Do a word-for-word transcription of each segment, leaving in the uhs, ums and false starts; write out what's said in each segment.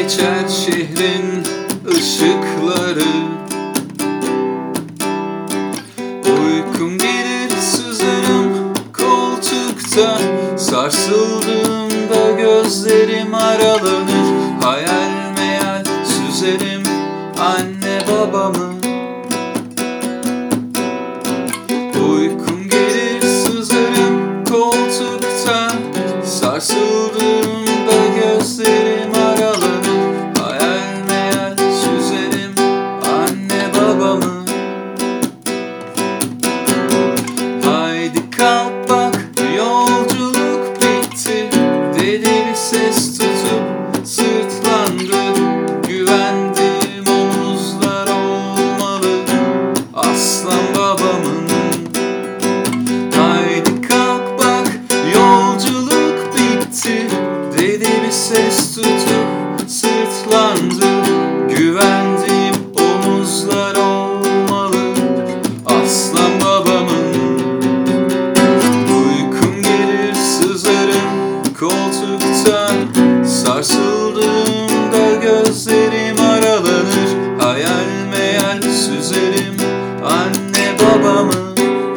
geçer şehrin ışıkları. Uykum gelir sızarım koltukta, sarsıldığımda gözlerim aralanır. Hayal meyal süzerim anne babamı. Uykum gelir sızarım koltukta, sarsıldığımda gözlerim aralanır. Hayal meyal süzerim anne babamı. Haydi kalk bak yolculuk bitti, dedi bir ses tutup sırtlandı. Güvendiğim omuzlar olmalı aslan babamın. Haydi kalk bak yolculuk bitti, dedi bir ses tutup sırtlandı. Güvendiğim omuzlar olmalı aslan babamın. Uykum gelir sızarım koltukta, sarsıldığımda gözlerim aralanır. Hayal meyal süzerim anne babamı.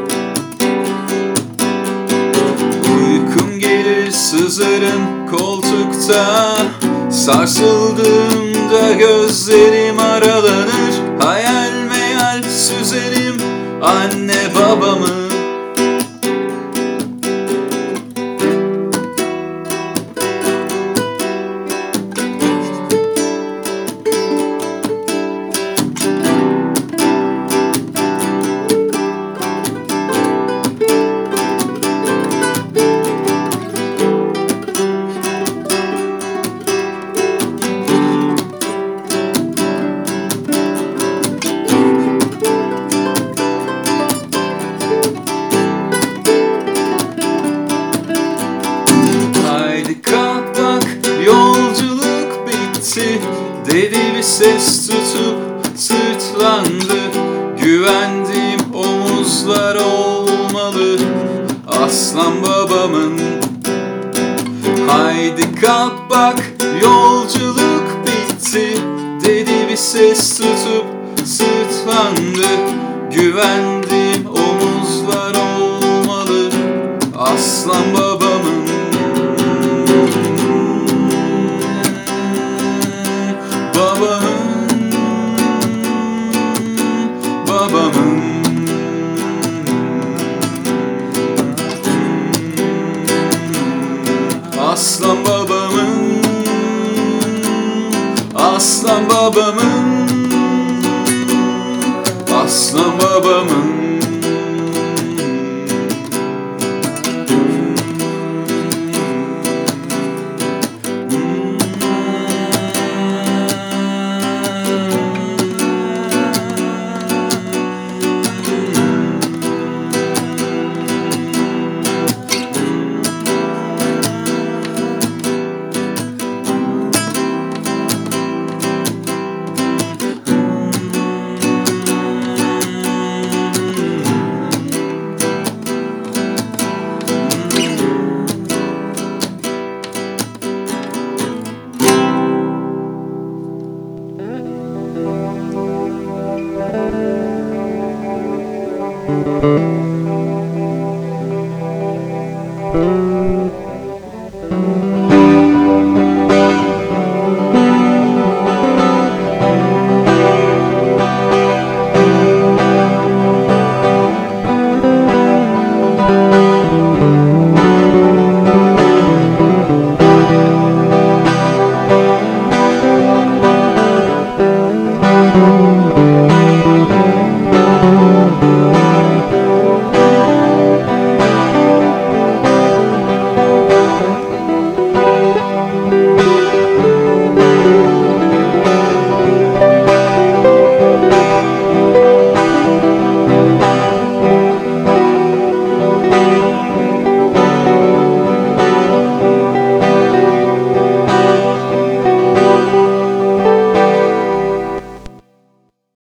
Uykum gelir sızarım koltukta, sarsıldığımda gözlerim aralanır. Hayal meyal süzerim anne babamı. Haydi kalk bak yolculuk bitti, dedi bir ses tutup sırtlandı. Güvendiğim omuzlar olmalı aslan babamın. Haydi kalk bak yolculuk bitti, dedi bir ses tutup sırtlandı. Güvendiğim omuzlar olmalı aslan babamın. Babamın, babamın. Aslan babamın, aslan babamın, aslan babamın. Thank you.